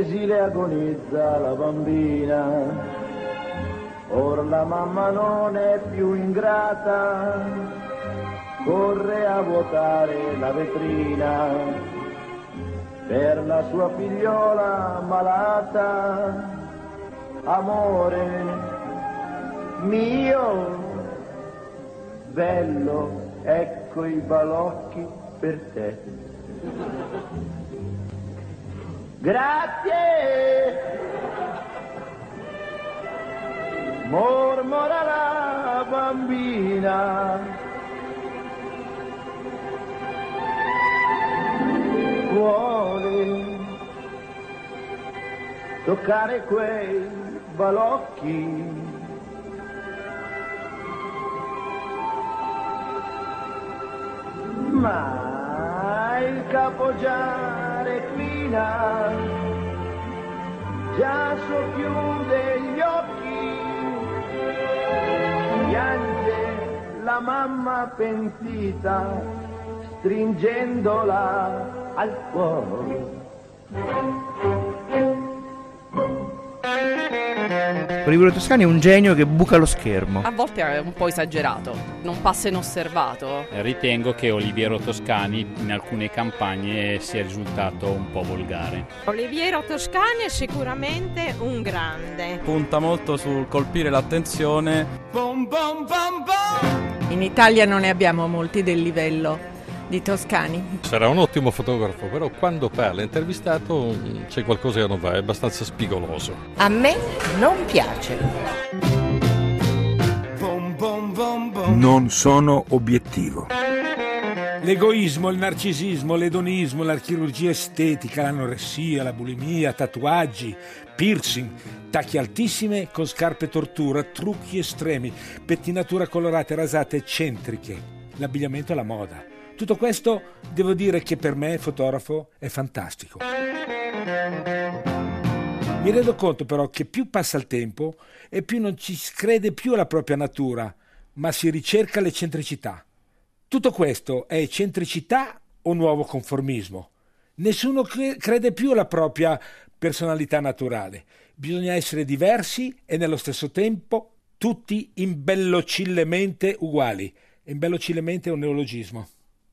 esile agonizza la bambina. Or la mamma non è più ingrata, corre a vuotare la vetrina per la sua figliola malata. Amore mio, bello, ecco i balocchi per te. Grazie! Mormora la bambina, vuole toccare quei balocchi, ma il capo già reclina, già socchiude gli occhi, piange la mamma pentita, stringendola al cuore. Oliviero Toscani è un genio che buca lo schermo. A volte è un po' esagerato, non passa inosservato. Ritengo che Oliviero Toscani in alcune campagne sia risultato un po' volgare. Oliviero Toscani è sicuramente un grande. Punta molto sul colpire l'attenzione. Bom, bom, bom, bom. In Italia non ne abbiamo molti del livello di Toscani. Sarà un ottimo fotografo, però quando parla intervistato c'è qualcosa che non va, è abbastanza spigoloso. A me non piace. Non sono obiettivo. L'egoismo, il narcisismo, l'edonismo, la chirurgia estetica, l'anoressia, la bulimia, tatuaggi, piercing, tacchi altissime con scarpe tortura, trucchi estremi, pettinature colorate, rasate, eccentriche, l'abbigliamento alla moda. Tutto questo devo dire che per me, fotografo, è fantastico. Mi rendo conto però che più passa il tempo e più non ci si crede più alla propria natura, ma si ricerca l'eccentricità. Tutto questo è eccentricità o nuovo conformismo? Nessuno crede più alla propria personalità naturale. Bisogna essere diversi e nello stesso tempo tutti imbellocillemente uguali. Imbellocillemente è un neologismo.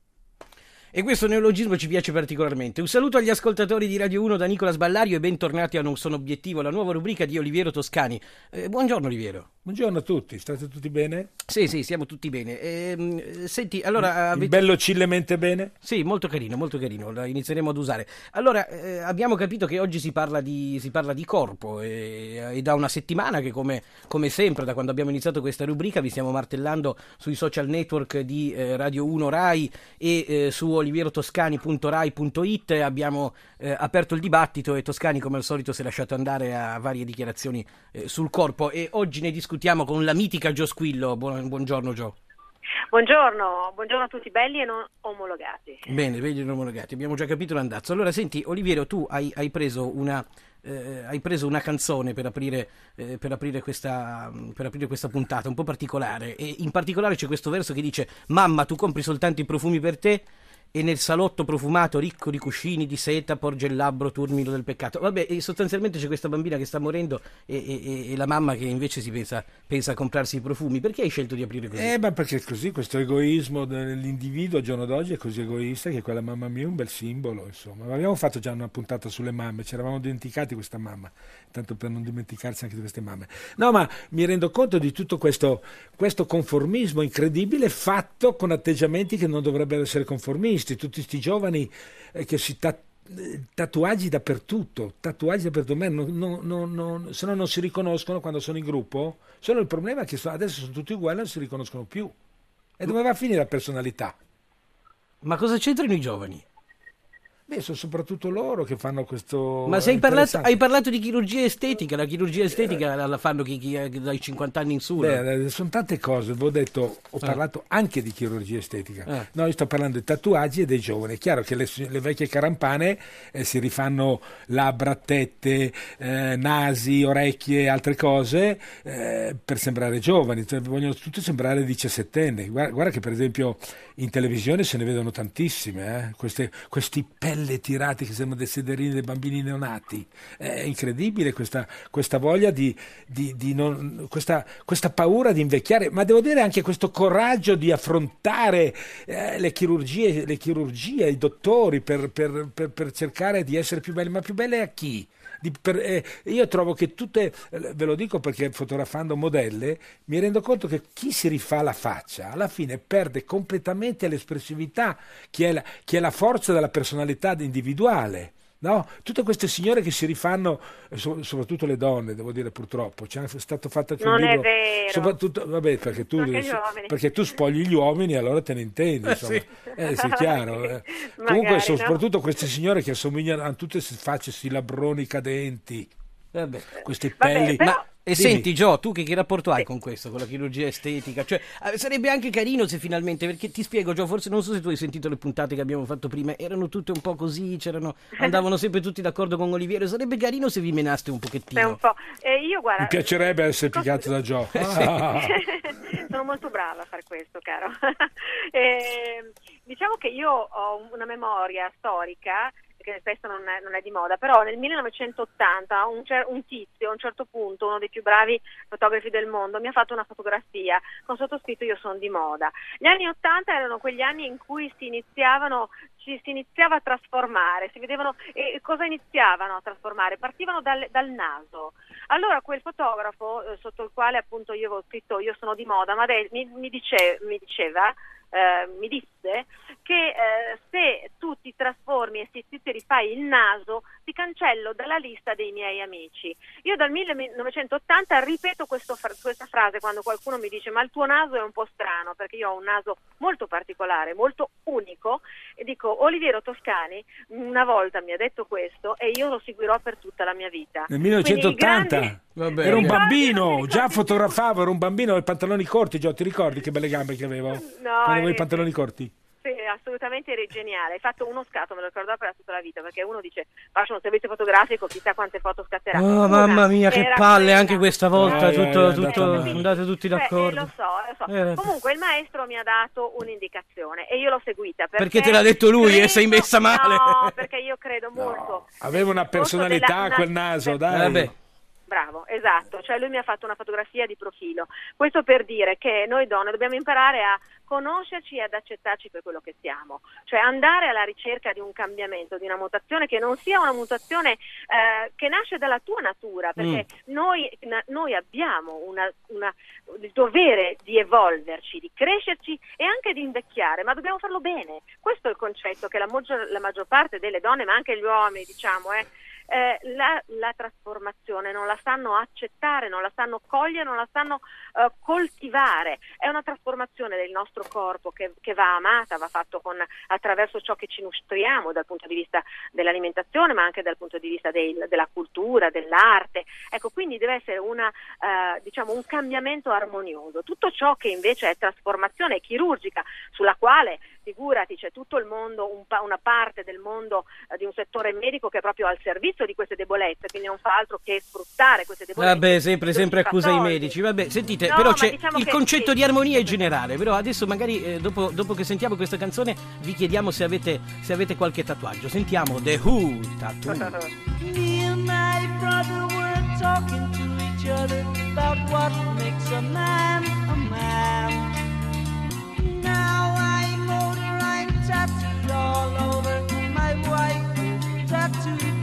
E questo neologismo ci piace particolarmente. Un saluto agli ascoltatori di Radio 1 da Nicola Sballario e bentornati a Non sono obiettivo, la nuova rubrica di Oliviero Toscani. Buongiorno Oliviero. Buongiorno a tutti, state tutti bene? Sì, siamo tutti bene. Senti, allora... Imbellocillemente bene? Sì, molto carino, la inizieremo ad usare. Allora, abbiamo capito che oggi si parla di corpo e da una settimana che come sempre, da quando abbiamo iniziato questa rubrica, vi stiamo martellando sui social network di Radio 1 Rai e su olivierotoscani.rai.it abbiamo aperto il dibattito e Toscani come al solito si è lasciato andare a varie dichiarazioni sul corpo e oggi ne discutiamo con la mitica Gio Squillo. Buongiorno Gio. Buongiorno a tutti belli e non omologati. Bene, belli e non omologati, abbiamo già capito l'andazzo. Allora senti Oliviero, tu hai preso una canzone per aprire questa puntata un po' particolare e in particolare c'è questo verso che dice: mamma, tu compri soltanto i profumi per te e nel salotto profumato ricco di cuscini di seta porge il labbro turmido del peccato. Vabbè, e sostanzialmente c'è questa bambina che sta morendo e la mamma che invece si pensa a comprarsi i profumi. Perché hai scelto di aprire così? Ma perché è così, questo egoismo dell'individuo al giorno d'oggi è così egoista che quella mamma mia è un bel simbolo, insomma. Abbiamo fatto già una puntata sulle mamme, ci eravamo dimenticati questa mamma, tanto per non dimenticarsi anche di queste mamme. No, ma mi rendo conto di tutto questo conformismo incredibile fatto con atteggiamenti che non dovrebbero essere conformisti. Tutti questi giovani che si tatuaggi dappertutto, se no non si riconoscono quando sono in gruppo. Solo il problema è che adesso sono tutti uguali e non si riconoscono più. E dove va a finire la personalità? Ma cosa c'entrano i giovani? Beh, sono soprattutto loro che fanno questo. Ma se hai parlato di chirurgia estetica, la chirurgia estetica la fanno chi dai 50 anni in su. Beh, sono tante cose, ho parlato anche di chirurgia estetica. No, io sto parlando di tatuaggi e dei giovani. È chiaro che le vecchie carampane si rifanno labbra, tette, nasi, orecchie e altre cose per sembrare giovani, vogliono tutti sembrare 17enni. Guarda che per esempio in televisione se ne vedono tantissime, questi pelli pelle tirati che sembrano dei sederini dei bambini neonati. È incredibile questa voglia di non, questa paura di invecchiare, ma devo dire anche questo coraggio di affrontare le chirurgie, i dottori per cercare di essere più belli, ma più belle a chi? Io trovo che tutte, ve lo dico perché fotografando modelle mi rendo conto che chi si rifà la faccia alla fine perde completamente l'espressività che è la forza della personalità individuale. No, tutte queste signore che si rifanno, soprattutto le donne, devo dire purtroppo, c'è stato fatto anche un libro. Non è vero. Soprattutto, vabbè, perché tu spogli gli uomini, allora te ne intendi, insomma. Sì, chiaro. Magari, comunque, soprattutto queste signore che assomigliano a tutte queste facce, sti labroni cadenti, questi pelli. Però... E senti Gio, tu che rapporto hai con questo, con la chirurgia estetica? Cioè, sarebbe anche carino se finalmente, perché ti spiego Gio, forse non so se tu hai sentito le puntate che abbiamo fatto prima, erano tutte un po' così, andavano sempre tutti d'accordo con Oliviero, sarebbe carino se vi menaste un pochettino. Un po'. Io, guarda, mi piacerebbe essere piccato da Gio. Sono molto brava a fare questo, caro. Diciamo che io ho una memoria storica che spesso non è di moda, però nel 1980 un tizio, a un certo punto, uno dei più bravi fotografi del mondo, mi ha fatto una fotografia con sottoscritto "Io sono di moda". Gli anni 80 erano quegli anni in cui si iniziava a trasformare, si vedevano, e cosa iniziavano a trasformare? Partivano dal naso. Allora quel fotografo, sotto il quale appunto io avevo scritto "Io sono di moda", ma mi disse che se tu ti trasformi e se tu ti rifai il naso ti cancello dalla lista dei miei amici. Io dal 1980 ripeto questa frase quando qualcuno mi dice "ma il tuo naso è un po' strano", perché io ho un naso molto particolare, molto unico, e dico Oliviero Toscani una volta mi ha detto questo e io lo seguirò per tutta la mia vita. Nel 1980? Ero un bambino, già fotografavo, ero un bambino, i pantaloni corti, Gio, ti ricordi che belle gambe che avevo? No, quando avevo i pantaloni corti? Sì, assolutamente eri geniale. Hai fatto uno scatto, me lo ricordo per tutta la vita, perché uno dice faccio un servizio fotografico, chissà quante foto scatterà. Oh, mamma mia, che palle anche questa volta, andate tutti d'accordo. Lo so. Comunque il maestro mi ha dato un'indicazione e io l'ho seguita. Perché te l'ha detto lui e sei messa male? No, perché io credo molto. Aveva una personalità quel naso, dai. Bravo, esatto, cioè lui mi ha fatto una fotografia di profilo. Questo per dire che noi donne dobbiamo imparare a conoscerci e ad accettarci per quello che siamo, cioè andare alla ricerca di un cambiamento, di una mutazione che non sia una mutazione che nasce dalla tua natura, perché noi abbiamo il dovere di evolverci, di crescerci e anche di invecchiare, ma dobbiamo farlo bene. Questo è il concetto che la maggior parte delle donne, ma anche gli uomini, diciamo, la trasformazione non la sanno accettare, non la sanno cogliere, non la sanno coltivare. È una trasformazione del nostro corpo che va amata, va fatto attraverso ciò che ci nutriamo dal punto di vista dell'alimentazione, ma anche dal punto di vista della cultura, dell'arte. Ecco, quindi deve essere un cambiamento armonioso. Tutto ciò che invece è trasformazione chirurgica, sulla quale figurati c'è tutto il mondo, una parte del mondo di un settore medico che è proprio al servizio di queste debolezze, quindi non fa altro che sfruttare queste debolezze. Vabbè, sempre accusa i medici. Vabbè, sentite, però c'è il concetto di armonia è generale, però adesso magari dopo che sentiamo questa canzone vi chiediamo se avete qualche tatuaggio. Sentiamo The Who, Tattoo. Me and my brother were talking to each other about what makes a man a man. Now I'm older, I'm tattooed all over. My wife is tattooed too.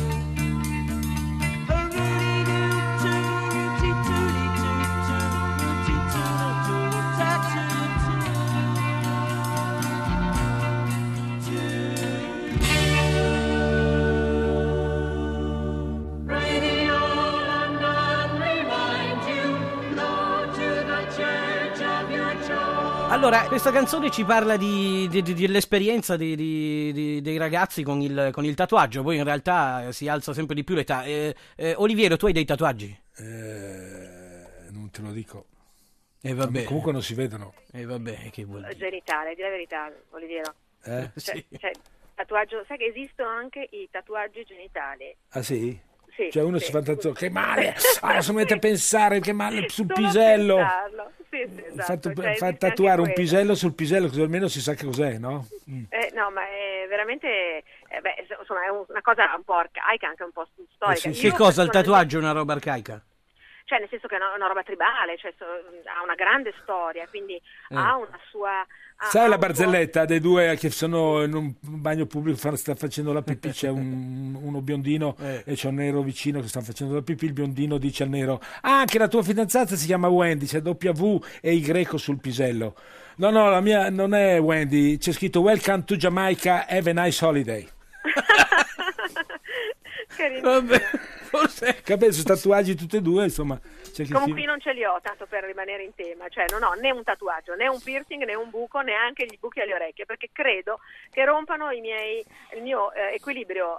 Allora, questa canzone ci parla dell'esperienza dei ragazzi con il tatuaggio, poi in realtà si alza sempre di più l'età. Oliviero, tu hai dei tatuaggi? Non te lo dico. Vabbè. Comunque non si vedono. Vabbè, che vuol dire? Genitale, di la verità, Oliviero. Sì. Tatuaggio, sai che esistono anche i tatuaggi genitali. Ah sì? Sì, cioè uno sì. si fa un tatuaggio, che male, adesso mi mette a pensare che male sul pisello. Sì, esatto. Fa tatuare un pisello sul pisello, così almeno si sa che cos'è, no? No, ma è veramente, insomma, è una cosa un po' arcaica, anche un po' storica. Che cosa? Il tatuaggio è una roba arcaica? Cioè, nel senso che è una roba tribale, cioè, ha una grande storia, quindi ha una sua... Sai la barzelletta dei due che sono in un bagno pubblico, sta facendo la pipì, c'è uno biondino e c'è un nero vicino che sta facendo la pipì, il biondino dice al nero: anche la tua fidanzata si chiama Wendy, c'è W e Y sul pisello. No, la mia non è Wendy, c'è scritto Welcome to Jamaica, have a nice holiday. Vabbè, forse capisci, tatuaggi tutti e due, insomma. Comunque io non ce li ho, tanto per rimanere in tema, cioè non ho né un tatuaggio, né un piercing, né un buco, neanche gli buchi alle orecchie, perché credo che rompano il mio equilibrio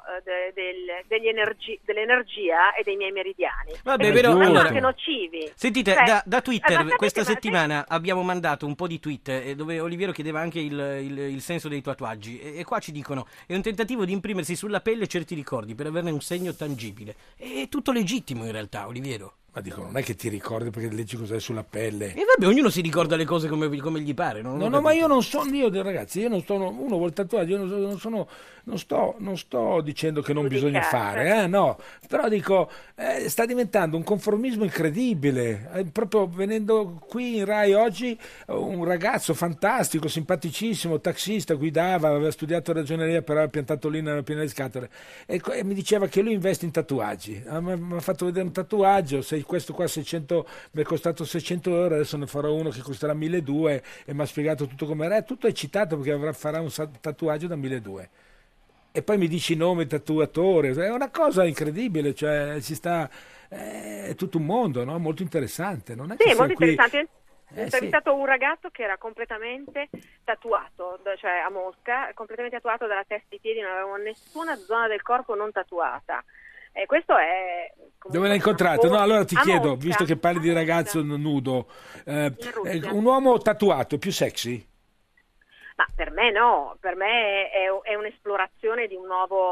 dell'energia e dei miei meridiani. Vabbè, però sono anche nocivi. Sentite, da Twitter questa settimana abbiamo mandato un po' di tweet dove Oliviero chiedeva anche il senso dei tatuaggi e qua ci dicono: è un tentativo di imprimersi sulla pelle certi ricordi per averne un segno tangibile. È tutto legittimo in realtà, Oliviero. Ma dico, non è che ti ricordi perché leggi cos'è sulla pelle. E vabbè, ognuno si ricorda le cose come gli pare. No, ma io non sono, ragazzi, io non sono, uno vuol tatuaggio, io non sto dicendo che non bisogna fare, no, però dico, sta diventando un conformismo incredibile, proprio venendo qui in Rai oggi un ragazzo fantastico, simpaticissimo, taxista, guidava, aveva studiato ragioneria, però aveva piantato lì nella piena di scatole, e mi diceva che lui investe in tatuaggi, mi ha fatto vedere un tatuaggio, questo qua 600 mi è costato 600 euro, adesso ne farò uno che costerà 1.200 e mi ha spiegato tutto com'era, è tutto eccitato perché farà un tatuaggio da 1.200 e poi mi dici nome tatuatore, è una cosa incredibile, cioè è tutto un mondo, no? Molto interessante, non è che molto interessante. Ho Sì. intervistato un ragazzo che era completamente tatuato, cioè a Mosca, completamente tatuato dalla testa ai piedi, non aveva nessuna zona del corpo non tatuata. Questo è... Dove l'hai incontrato? No, allora ti chiedo, Mosca, visto che parli di ragazzo nudo, un uomo tatuato è più sexy? Ma per me no, per me è un'esplorazione di un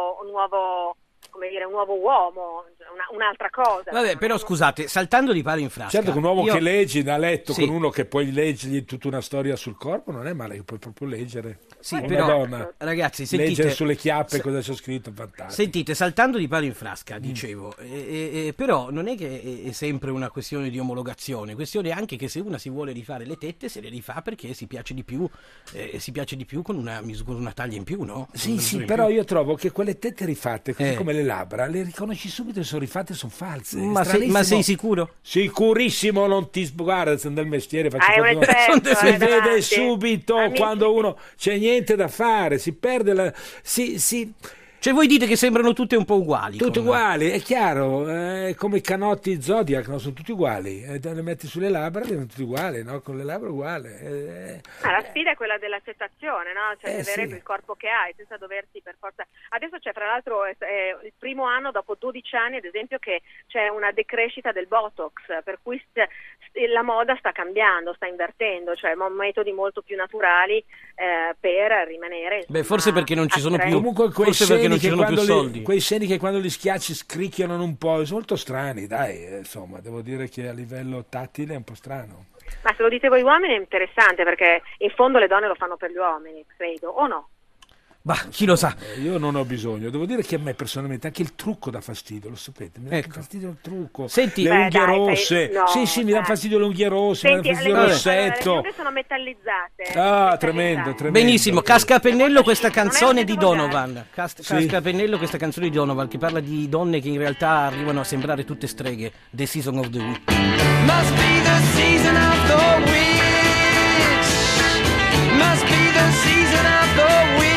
nuovo come dire, un nuovo uomo, un'altra cosa. Vabbè, però scusate, saltando di palo in frasca. Certo che un uomo che leggi da letto con uno che puoi leggergli tutta una storia sul corpo non è male, che puoi proprio leggere. Sì, una però, donna. Ragazzi, sentite, leggere sulle chiappe cosa c'è scritto, fantastico. Sentite, saltando di palo in frasca, dicevo, però non è che è sempre una questione di omologazione, questione anche che se una si vuole rifare le tette se le rifà perché si piace di più con una taglia in più, no? Sì, però io trovo che quelle tette rifatte, così come le labbra, le riconosci subito che sono rifatte e sono false. Ma sei sicuro? Sicurissimo, non ti guarda, sono del mestiere, certo, si vede subito quando uno c'è niente da fare, si perde Cioè voi dite che sembrano tutte un po' uguali? Tutte uguali, è chiaro, come i canotti Zodiac, no? Sono tutti uguali, le metti sulle labbra diventano tutti uguali, no? Con le labbra uguali. La sfida è quella dell'accettazione, no? Cioè di avere il corpo che hai senza doversi per forza... Adesso c'è, fra l'altro, è il primo anno dopo 12 anni, ad esempio, che c'è una decrescita del Botox, per cui la moda sta cambiando, sta invertendo, cioè metodi molto più naturali per rimanere... Insomma, beh, forse perché non ci sono più... Comunque forse perché non ci sono più soldi. Quei seni che quando li schiacci scricchiolano un po', sono molto strani, dai, insomma, devo dire che a livello tattile è un po' strano. Ma se lo dite voi uomini è interessante, perché in fondo le donne lo fanno per gli uomini, credo, o no? Bah, chi lo sa? Io non ho bisogno, devo dire che a me personalmente anche il trucco dà fastidio, lo sapete, mi dà fastidio il trucco. Senti, le unghie rosse, sì, mi dà fastidio le unghie rosse, mi dà fastidio il rossetto. Le unghie sono metallizzate. Tremendo. Benissimo, casca a pennello questa canzone di Donovan. Casca a pennello questa canzone di Donovan che parla di donne che in realtà arrivano a sembrare tutte streghe. The Season of the Witch. Must be the season of the witch. Must be the season of the witch.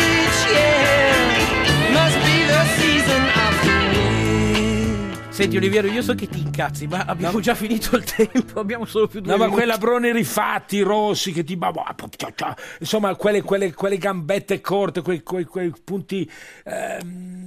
Senti Oliviero, io so che ti incazzi, ma abbiamo già finito il tempo, abbiamo solo più 2 minuti. Ma quei labroni rifatti, rossi, che ti... Insomma, quelle gambette corte, quei punti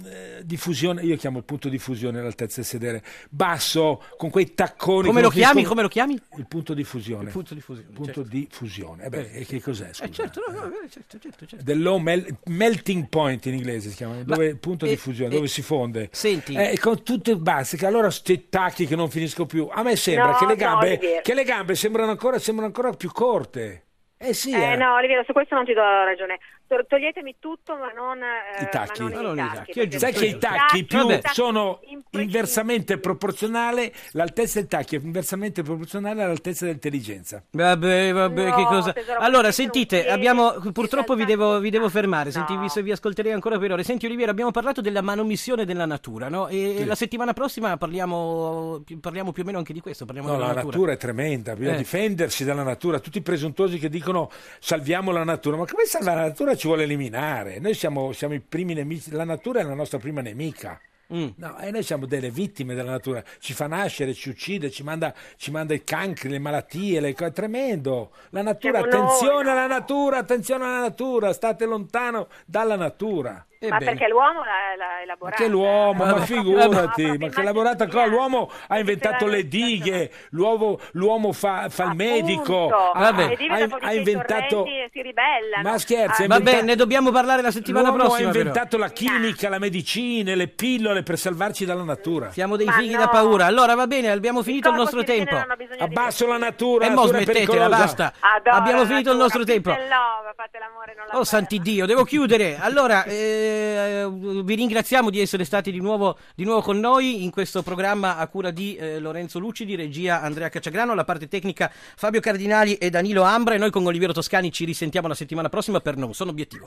di fusione, io chiamo il punto di fusione all'altezza del sedere, basso, con quei tacconi. Come lo chiami? Come lo chiami? Il punto di fusione. Il punto di fusione. Punto certo. di fusione. E che cos'è? Scusa? Certo. Del low melting point in inglese si chiama, dove il punto di fusione, dove si fonde. Senti. Con tutte basse, che allora sti tacchi che non finiscono più. A me sembra che le gambe sembrano ancora più corte. Sì. No, Oliviero, su questo non ti do ragione. Toglietemi tutto, ma non i tacchi. Ma non i tacchi. Sai che i tacchi sono inversamente proporzionali, l'altezza del tacchi è inversamente proporzionale all'altezza dell'intelligenza. Vabbè, No, che cosa. tesoro, Allora, sentite, purtroppo vi devo fermare, vi ascolterei ancora per ore. Senti Oliviero, abbiamo parlato della manomissione della natura, no? E la settimana prossima parliamo più o meno anche di questo, La natura è tremenda, bisogna difendersi dalla natura, tutti i presuntuosi che dicono salviamo la natura, ma come salvare la natura? Ci vuole eliminare, noi siamo i primi nemici, la natura è la nostra prima nemica. No, e noi siamo delle vittime della natura, ci fa nascere, ci uccide, ci manda i cancri, le malattie, è tremendo. La natura, attenzione alla natura, state lontano dalla natura. Ma perché l'uomo l'ha elaborata? Che l'uomo, ma figurati, ma che elaborata cosa? L'uomo ha inventato le dighe, l'uomo fa il medico, ha inventato... si ribellano. Ma scherzi, vabbè, ne dobbiamo parlare la settimana prossima. Ha inventato la chimica, la medicina, le pillole per salvarci dalla natura. Siamo dei fighi da paura. Allora va bene, abbiamo finito il nostro tempo. Abbasso la natura, mo smettetela, basta. Abbiamo finito il nostro tempo. Fate l'amore, non la santi Dio, devo chiudere. Allora, vi ringraziamo di essere stati di nuovo con noi in questo programma a cura di Lorenzo Lucidi, regia Andrea Cacciagrano, la parte tecnica Fabio Cardinali e Danilo Ambra, e noi con Oliviero Toscani ci risentiamo la settimana prossima per Non Sono Obiettivo.